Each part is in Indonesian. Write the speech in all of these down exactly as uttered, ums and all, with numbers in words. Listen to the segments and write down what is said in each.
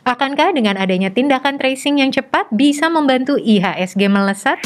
Akankah dengan adanya tindakan tracing yang cepat bisa membantu I H S G melesat?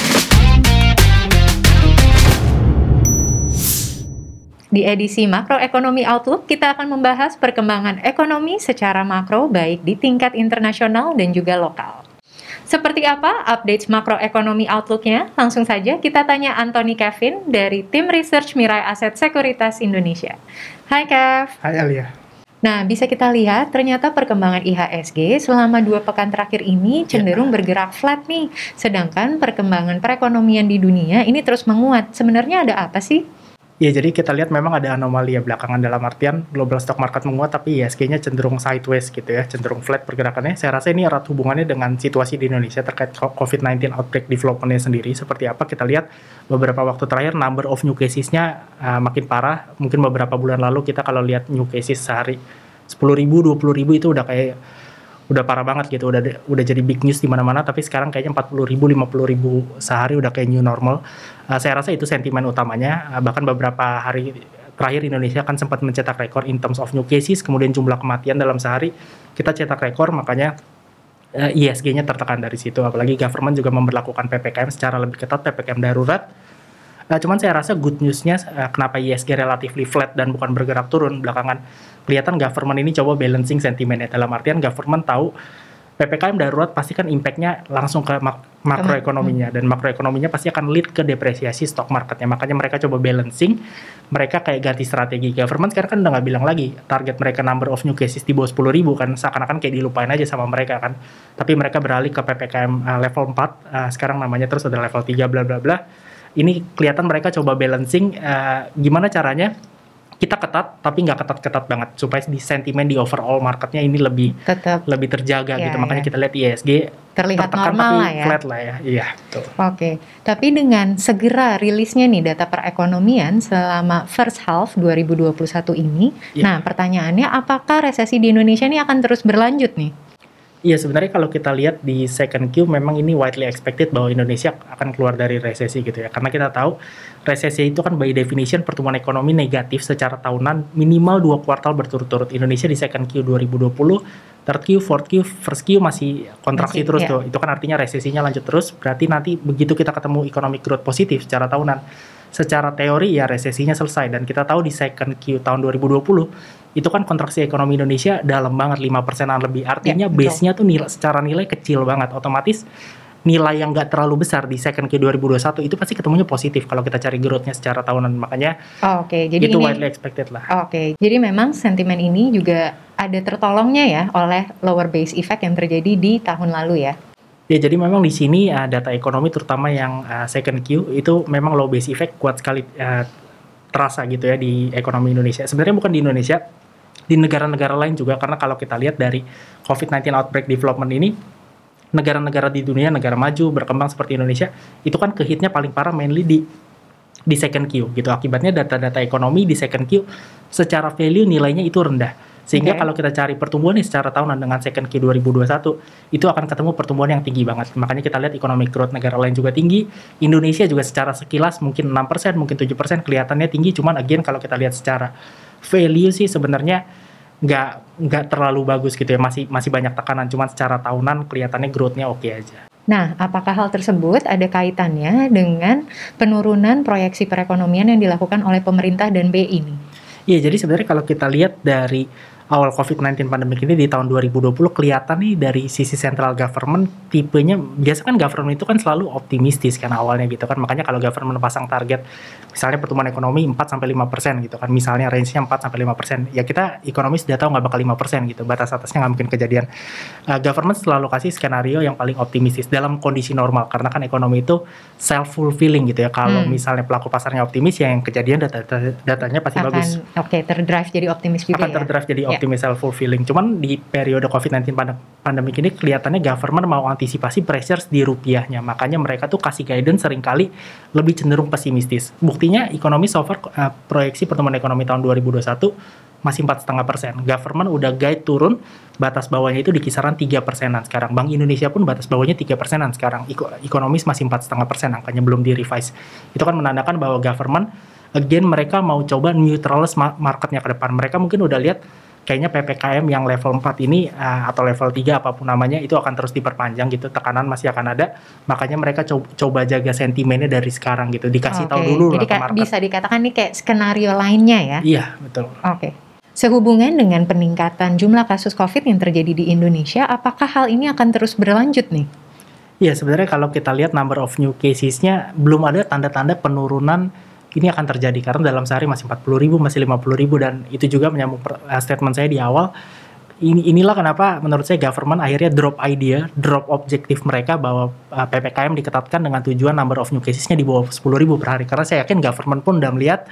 Di edisi Makroekonomi Outlook, kita akan membahas perkembangan ekonomi secara makro baik di tingkat internasional dan juga lokal. Seperti apa update makroekonomi Outlook-nya? Langsung saja kita tanya Anthony Kevin dari tim research Mirai Aset Sekuritas Indonesia. Hai Kev. Hai Alia. Nah, bisa kita lihat ternyata perkembangan I H S G selama dua pekan terakhir ini cenderung ya. bergerak flat nih. Sedangkan perkembangan perekonomian di dunia ini terus menguat. Sebenarnya ada apa sih? Ya, jadi kita lihat memang ada anomali ya belakangan, dalam artian global stock market menguat tapi I H S G-nya cenderung sideways gitu ya, cenderung flat pergerakannya. Saya rasa ini erat hubungannya dengan situasi di Indonesia terkait covid sembilan belas outbreak development-nya sendiri. Seperti apa kita lihat beberapa waktu terakhir number of new cases-nya uh, makin parah. Mungkin beberapa bulan lalu kita kalau lihat new cases sehari sepuluh ribu, dua puluh ribu itu udah kayak udah parah banget gitu, udah udah jadi big news di mana-mana. Tapi sekarang kayaknya empat puluh ribu, lima puluh ribu sehari udah kayak new normal. Uh, saya rasa itu sentimen utamanya. Uh, bahkan beberapa hari terakhir Indonesia kan sempat mencetak rekor in terms of new cases, kemudian jumlah kematian dalam sehari kita cetak rekor, makanya uh, I H S G-nya tertekan dari situ. Apalagi government juga memberlakukan P P K M secara lebih ketat, P P K M darurat. Uh, cuman saya rasa good news-nya uh, kenapa I H S G relatively flat dan bukan bergerak turun belakangan, kelihatan government ini coba balancing sentimennya. Dalam artian government tahu P P K M darurat pasti kan impact-nya langsung ke mak- makroekonominya, dan makroekonominya pasti akan lead ke depresiasi stock marketnya. Makanya mereka coba balancing, mereka kayak ganti strategi. Government sekarang kan udah nggak bilang lagi target mereka number of new cases di bawah sepuluh ribu kan, seakan-akan kayak dilupain aja sama mereka kan. Tapi mereka beralih ke P P K M uh, level empat, uh, sekarang namanya terus ada level tiga bla bla bla. Ini kelihatan mereka coba balancing, uh, gimana caranya kita ketat tapi nggak ketat-ketat banget supaya di sentimen di overall marketnya ini lebih Tetap lebih terjaga ya, gitu. Makanya ya. kita lihat I H S G terlihat tertekan normal tapi lah ya. flat lah ya. Iya, betul. Oke, tapi dengan segera rilisnya nih data perekonomian selama first half dua ribu dua puluh satu ini, ya. Nah pertanyaannya apakah resesi di Indonesia ini akan terus berlanjut nih? Iya, sebenarnya kalau kita lihat di second Q memang ini widely expected bahwa Indonesia akan keluar dari resesi gitu ya. Karena kita tahu resesi itu kan by definition pertumbuhan ekonomi negatif secara tahunan minimal dua kuartal berturut-turut. Indonesia di second Q dua ribu dua puluh, third Q, fourth Q, first Q masih kontraksi masih, terus ya. Tuh. Itu kan artinya resesinya lanjut terus. Berarti nanti begitu kita ketemu economic growth positif secara tahunan, secara teori ya resesinya selesai. Dan kita tahu di second Q tahun dua ribu dua puluh itu kan kontraksi ekonomi Indonesia dalam banget, lima persenan lebih. Artinya ya, base-nya tuh nilai, secara nilai kecil banget. Otomatis nilai yang nggak terlalu besar di second Q dua ribu dua puluh satu itu pasti ketemunya positif kalau kita cari growth-nya secara tahunan. Makanya oh, oke. Jadi itu ini, widely expected lah. Oke, okay. Jadi memang sentimen ini juga ada tertolongnya ya oleh lower base effect yang terjadi di tahun lalu ya. Ya, jadi memang di sini uh, data ekonomi terutama yang uh, second Q itu memang low base effect kuat sekali uh, terasa gitu ya di ekonomi Indonesia. Sebenarnya bukan di Indonesia, di negara-negara lain juga, karena kalau kita lihat dari covid sembilan belas outbreak development ini, negara-negara di dunia, negara maju, berkembang seperti Indonesia, itu kan ke-hitnya paling parah mainly di di second Q gitu. Akibatnya data-data ekonomi di second Q secara value nilainya itu rendah. Sehingga okay. kalau kita cari pertumbuhan nih secara tahunan dengan second Q dua ribu dua puluh satu, itu akan ketemu pertumbuhan yang tinggi banget. Makanya kita lihat economic growth negara lain juga tinggi. Indonesia juga secara sekilas mungkin enam persen, mungkin tujuh persen kelihatannya tinggi. Cuman again kalau kita lihat secara value sih sebenarnya nggak nggak terlalu bagus gitu ya. Masih masih banyak tekanan. Cuman secara tahunan kelihatannya growth-nya oke okay aja. Nah, apakah hal tersebut ada kaitannya dengan penurunan proyeksi perekonomian yang dilakukan oleh pemerintah dan B I ini? Iya, jadi sebenarnya kalau kita lihat dari awal covid sembilan belas pandemik ini di tahun dua ribu dua puluh kelihatan nih dari sisi central government tipenya, biasa kan government itu kan selalu optimistis kan awalnya gitu kan. Makanya kalau government pasang target misalnya pertumbuhan ekonomi empat sampai lima persen gitu kan, misalnya range-nya empat sampai lima persen, ya kita ekonomis sudah tahu nggak bakal lima persen gitu, batas atasnya nggak mungkin kejadian. Uh, government selalu kasih skenario yang paling optimistis dalam kondisi normal, karena kan ekonomi itu self-fulfilling gitu ya. Kalau hmm. misalnya pelaku pasarnya optimis, ya yang kejadian data, data, datanya pasti akan, bagus. Oke, okay, terdrive jadi optimis juga akan ya? terdrive jadi yeah. optimis, self-fulfilling. Cuman di periode covid sembilan belas pandemik ini kelihatannya government mau antisipasi pressures di rupiahnya. Makanya mereka tuh kasih guidance seringkali lebih cenderung pesimistis. Buktinya ekonomi so far uh, proyeksi pertumbuhan ekonomi tahun dua ribu dua puluh satu masih empat koma lima persen. Government udah guide turun, batas bawahnya itu di kisaran tiga persenan sekarang. Bank Indonesia pun batas bawahnya tiga persenan sekarang. Eko, ekonomis masih empat koma lima persen, angkanya belum di-revise. Itu kan menandakan bahwa government again mereka mau coba neutralize marketnya ke depan. Mereka mungkin udah lihat kayaknya P P K M yang level empat ini uh, atau level tiga apapun namanya itu akan terus diperpanjang gitu, tekanan masih akan ada, makanya mereka coba, coba jaga sentimennya dari sekarang gitu, dikasih Oke, tahu dulu jadi lah ke ka- market. bisa dikatakan nih kayak skenario lainnya ya. Iya, betul. Oke. Sehubungan dengan peningkatan jumlah kasus COVID yang terjadi di Indonesia, apakah hal ini akan terus berlanjut nih? Iya, sebenarnya kalau kita lihat number of new cases-nya belum ada tanda-tanda penurunan ini akan terjadi karena dalam sehari masih empat puluh ribu, masih lima puluh ribu, dan itu juga menyambung per, uh, statement saya di awal. Ini, inilah kenapa menurut saya government akhirnya drop idea, drop objektif mereka bahwa uh, P P K M diketatkan dengan tujuan number of new cases-nya di bawah sepuluh ribu per hari. Karena saya yakin government pun udah melihat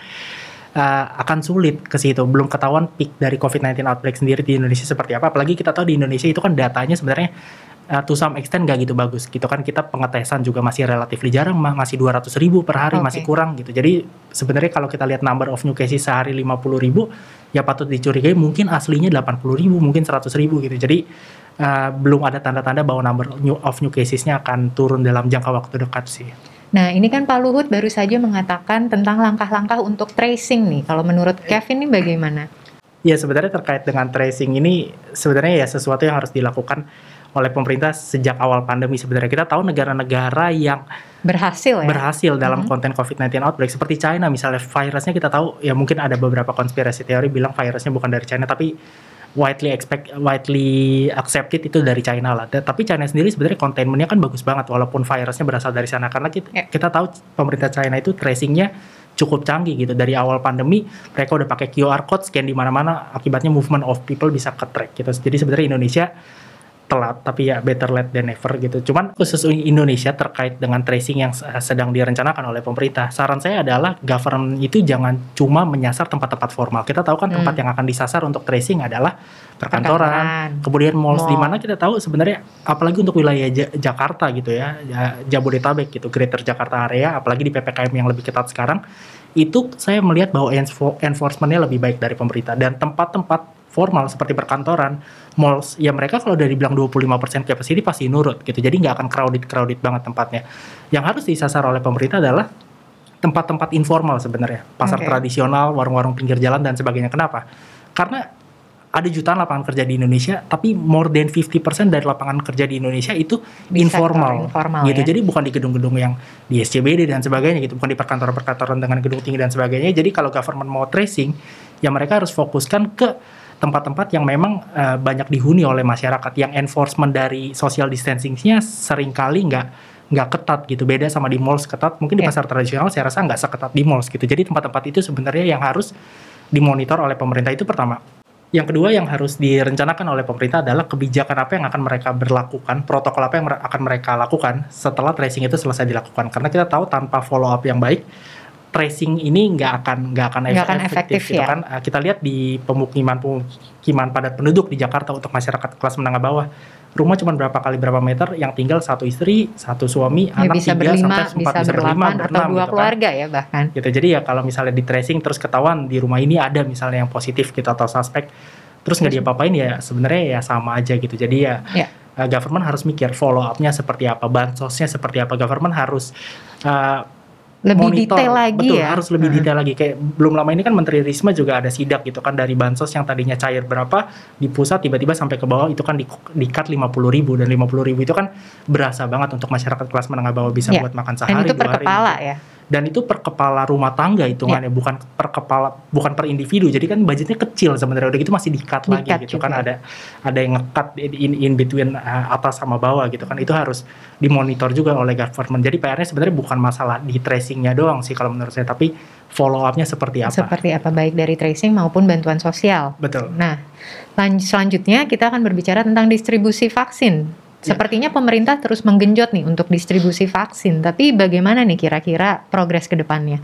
uh, akan sulit ke situ. Belum ketahuan peak dari covid sembilan belas outbreak sendiri di Indonesia seperti apa. Apalagi kita tahu di Indonesia itu kan datanya sebenarnya Uh, to some extent gak gitu bagus gitu kan, kita pengetesan juga masih relatif jarang, masih dua ratus ribu per hari, okay. masih kurang gitu. Jadi sebenarnya kalau kita lihat number of new cases sehari lima puluh ribu, ya patut dicurigai mungkin aslinya delapan puluh ribu, mungkin seratus ribu gitu. Jadi uh, belum ada tanda-tanda bahwa number new of new casesnya akan turun dalam jangka waktu dekat sih. Nah, ini kan Pak Luhut baru saja mengatakan tentang langkah-langkah untuk tracing nih. Kalau menurut Kevin ini bagaimana? Ya, sebenarnya terkait dengan tracing ini sebenarnya ya sesuatu yang harus dilakukan oleh pemerintah sejak awal pandemi. Sebenarnya kita tahu negara-negara yang berhasil ya berhasil dalam mm-hmm. konten covid sembilan belas outbreak seperti China misalnya, virusnya kita tahu ya, mungkin ada beberapa konspirasi teori bilang virusnya bukan dari China, tapi widely expect widely accepted itu dari China lah. Tapi China sendiri sebenarnya containmentnya kan bagus banget walaupun virusnya berasal dari sana, karena kita, yeah. kita tahu pemerintah China itu tracingnya cukup canggih gitu. Dari awal pandemi mereka udah pakai Q R code, scan di mana-mana, akibatnya movement of people bisa ke-track gitu. Jadi sebenarnya Indonesia telat, tapi ya better late than never gitu. Cuman khusus Indonesia terkait dengan tracing yang sedang direncanakan oleh pemerintah, saran saya adalah government itu jangan cuma menyasar tempat-tempat formal. Kita tahu kan tempat hmm. yang akan disasar untuk tracing adalah perkantoran, Perkantoran. kemudian malls, Mall. di mana kita tahu sebenarnya apalagi untuk wilayah J- Jakarta gitu ya, Jabodetabek gitu, Greater Jakarta area, apalagi di P P K M yang lebih ketat sekarang, itu saya melihat bahwa enforcement-nya lebih baik dari pemerintah. Dan tempat-tempat formal seperti perkantoran, malls, ya mereka kalau udah dibilang dua puluh lima persen capacity pasti nurut gitu. Jadi nggak akan crowded-crowded banget tempatnya. Yang harus disasar oleh pemerintah adalah tempat-tempat informal sebenarnya. Pasar okay. tradisional, warung-warung pinggir jalan dan sebagainya. Kenapa? Karena ada jutaan lapangan kerja di Indonesia, tapi more than fifty percent dari lapangan kerja di Indonesia itu di informal, informal gitu. Ya? Jadi bukan di gedung-gedung yang di S C B D dan sebagainya gitu, bukan di perkantoran-perkantoran dengan gedung tinggi dan sebagainya. Jadi kalau government mau tracing, ya mereka harus fokuskan ke tempat-tempat yang memang uh, banyak dihuni oleh masyarakat, yang enforcement dari social distancing-nya seringkali nggak nggak ketat gitu. Beda sama di malls ketat, mungkin di yeah. pasar tradisional saya rasa nggak seketat di malls gitu. Jadi tempat-tempat itu sebenarnya yang harus dimonitor oleh pemerintah, itu pertama. Yang kedua yang harus direncanakan oleh pemerintah adalah kebijakan apa yang akan mereka berlakukan, protokol apa yang akan mereka lakukan setelah tracing itu selesai dilakukan. Karena kita tahu tanpa follow up yang baik, tracing ini nggak akan nggak akan, nggak akan efektif, efektif gitu ya. kan. Kita lihat di pemukiman pemukiman padat penduduk di Jakarta untuk masyarakat kelas menengah bawah, rumah cuma berapa kali berapa meter, yang tinggal satu istri, satu suami, ya, anak bisa tiga berlima, sampai empat, bisa berlima, atau dua gitu keluarga kan. Ya bahkan. Gitu. Jadi ya kalau misalnya di tracing terus ketahuan di rumah ini ada misalnya yang positif gitu atau suspek, terus nggak diapa-apain, ya sebenarnya ya sama aja gitu. Jadi ya, ya. Uh, government harus mikir follow up-nya seperti apa, bansosnya seperti apa. Government harus uh, lebih monitor, detail lagi betul, ya. harus lebih hmm. detail lagi. Kayak belum lama ini kan Menteri Risma juga ada sidak gitu kan, dari bansos yang tadinya cair berapa di pusat tiba-tiba sampai ke bawah itu kan di, di cut lima puluh ribu, dan lima puluh ribu itu kan berasa banget untuk masyarakat kelas menengah bawah bisa ya. buat makan sehari. Dan itu per dua hari, kepala gitu. ya. Dan itu per kepala rumah tangga hitungannya, ya. bukan per kepala, bukan per individu. Jadi kan budgetnya kecil sebenarnya, udah gitu masih di-cut di lagi gitu juga. Kan ada ada yang nge-cut in, in between uh, atas sama bawah gitu kan. Itu harus dimonitor juga oleh government. Jadi P R-nya sebenarnya bukan masalah di tracing-nya doang sih kalau menurut saya, tapi follow up-nya seperti apa. Seperti apa, baik dari tracing maupun bantuan sosial. Betul. Nah, lanjut selanjutnya kita akan berbicara tentang distribusi vaksin. Sepertinya pemerintah terus menggenjot nih untuk distribusi vaksin, tapi bagaimana nih kira-kira progres ke depannya?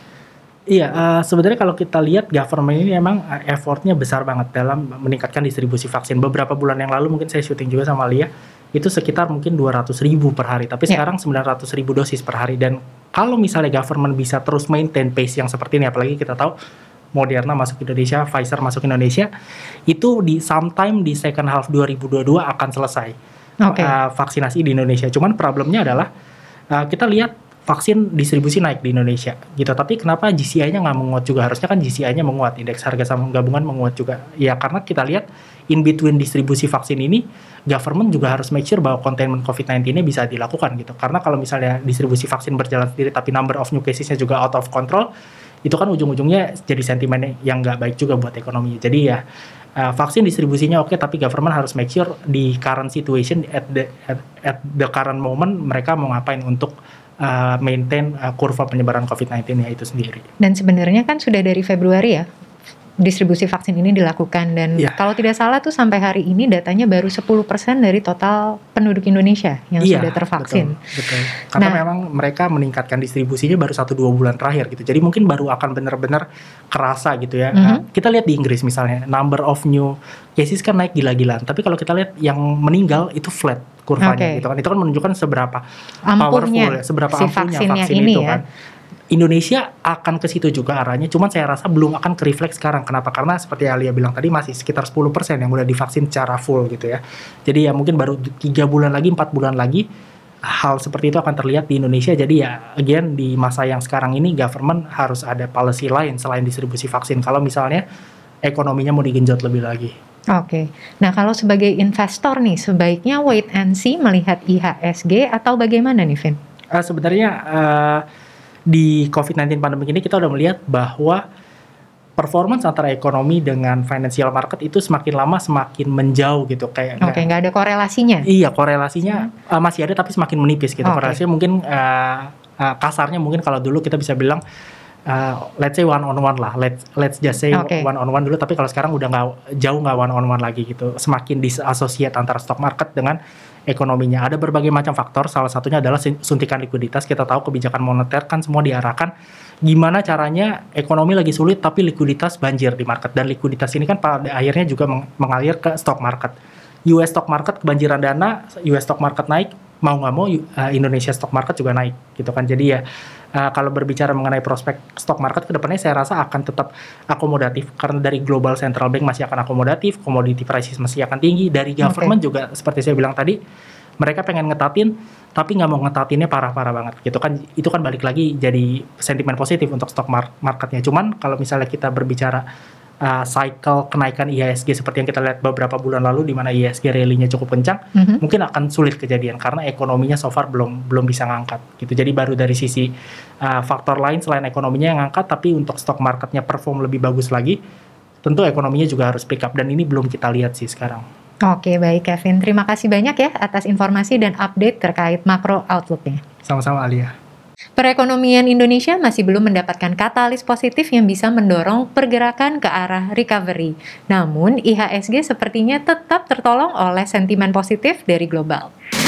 Iya, uh, sebenarnya kalau kita lihat government ini memang uh, effortnya besar banget dalam meningkatkan distribusi vaksin. Beberapa bulan yang lalu mungkin saya syuting juga sama Lia, itu sekitar mungkin dua ratus ribu per hari, tapi yeah. sekarang sembilan ratus ribu dosis per hari. Dan kalau misalnya government bisa terus maintain pace yang seperti ini, apalagi kita tahu Moderna masuk Indonesia, Pfizer masuk Indonesia, itu di sometime di second half dua ribu dua puluh dua akan selesai. Okay. Uh, vaksinasi di Indonesia. Cuman problemnya adalah uh, kita lihat vaksin distribusi naik di Indonesia gitu. Tapi kenapa G C I-nya nggak menguat juga? Harusnya kan G C I-nya menguat, indeks harga saham gabungan menguat juga. Ya karena kita lihat in between distribusi vaksin ini, government juga harus make sure bahwa containment covid sembilan belas ini bisa dilakukan gitu. Karena kalau misalnya distribusi vaksin berjalan sendiri tapi number of new cases-nya juga out of control, itu kan ujung-ujungnya jadi sentimen yang nggak baik juga buat ekonomi. Jadi ya uh, vaksin distribusinya oke, okay, tapi government harus make sure di current situation at the at, at the current moment mereka mau ngapain untuk uh, maintain uh, kurva penyebaran covid sembilan belas-nya itu sendiri. Dan sebenarnya kan sudah dari Februari ya distribusi vaksin ini dilakukan, dan yeah. kalau tidak salah tuh sampai hari ini datanya baru sepuluh persen dari total penduduk Indonesia yang yeah, sudah tervaksin. Betul, betul. Karena nah, memang mereka meningkatkan distribusinya baru satu dua bulan terakhir gitu. Jadi mungkin baru akan benar-benar kerasa gitu ya. Mm-hmm. Nah, kita lihat di Inggris misalnya, number of new cases kan naik gila-gilaan. Tapi kalau kita lihat yang meninggal itu flat kurvanya okay. gitu kan. Itu kan menunjukkan seberapa ampuhnya, powerful, seberapa si ampuhnya vaksin itu ya. kan. Indonesia akan ke situ juga arahnya, cuman saya rasa belum akan ke refleks sekarang. Kenapa? Karena seperti Alia bilang tadi masih sekitar sepuluh persen yang udah divaksin secara full gitu ya. Jadi ya mungkin baru tiga bulan lagi, empat bulan lagi hal seperti itu akan terlihat di Indonesia. Jadi ya again di masa yang sekarang ini government harus ada policy lain selain distribusi vaksin kalau misalnya ekonominya mau digenjot lebih lagi. Oke, okay. Nah kalau sebagai investor nih sebaiknya wait and see melihat I H S G atau bagaimana nih Vin? Uh, sebenarnya uh, di covid sembilan belas pandemi ini kita udah melihat bahwa performance antara ekonomi dengan financial market itu semakin lama semakin menjauh gitu kayak. Oke, okay, nggak ada korelasinya. Iya, korelasinya hmm. uh, masih ada tapi semakin menipis gitu. Okay. Korelasinya mungkin uh, uh, kasarnya mungkin kalau dulu kita bisa bilang uh, let's say one on one lah. Let's let's just say okay. one on one dulu, tapi kalau sekarang udah nggak jauh nggak one on one lagi gitu. Semakin disassociate antara stock market dengan ekonominya. Ada berbagai macam faktor, salah satunya adalah suntikan likuiditas. Kita tahu kebijakan moneter kan semua diarahkan gimana caranya ekonomi lagi sulit tapi likuiditas banjir di market, dan likuiditas ini kan pada akhirnya juga mengalir ke stock market. U S stock market kebanjiran dana, U S stock market naik, mau nggak mau Indonesia stock market juga naik gitu kan. Jadi ya uh, kalau berbicara mengenai prospek stock market kedepannya saya rasa akan tetap akomodatif karena dari global central bank masih akan akomodatif, commodity prices masih akan tinggi, dari government okay. juga seperti saya bilang tadi mereka pengen ngetatin tapi nggak mau ngetatinnya parah-parah banget gitu kan. Itu kan balik lagi jadi sentimen positif untuk stock marketnya. Cuman kalau misalnya kita berbicara Uh, cycle kenaikan I H S G seperti yang kita lihat beberapa bulan lalu di mana I H S G rally-nya cukup kencang, mm-hmm. mungkin akan sulit kejadian karena ekonominya so far belum belum bisa ngangkat gitu. Jadi baru dari sisi uh, faktor lain selain ekonominya yang ngangkat, tapi untuk stock marketnya perform lebih bagus lagi, tentu ekonominya juga harus pick up, dan ini belum kita lihat sih sekarang. Oke, baik Kevin, terima kasih banyak ya atas informasi dan update terkait makro outlook-nya. Sama-sama Alia. Perekonomian Indonesia masih belum mendapatkan katalis positif yang bisa mendorong pergerakan ke arah recovery. Namun, I H S G sepertinya tetap tertolong oleh sentimen positif dari global.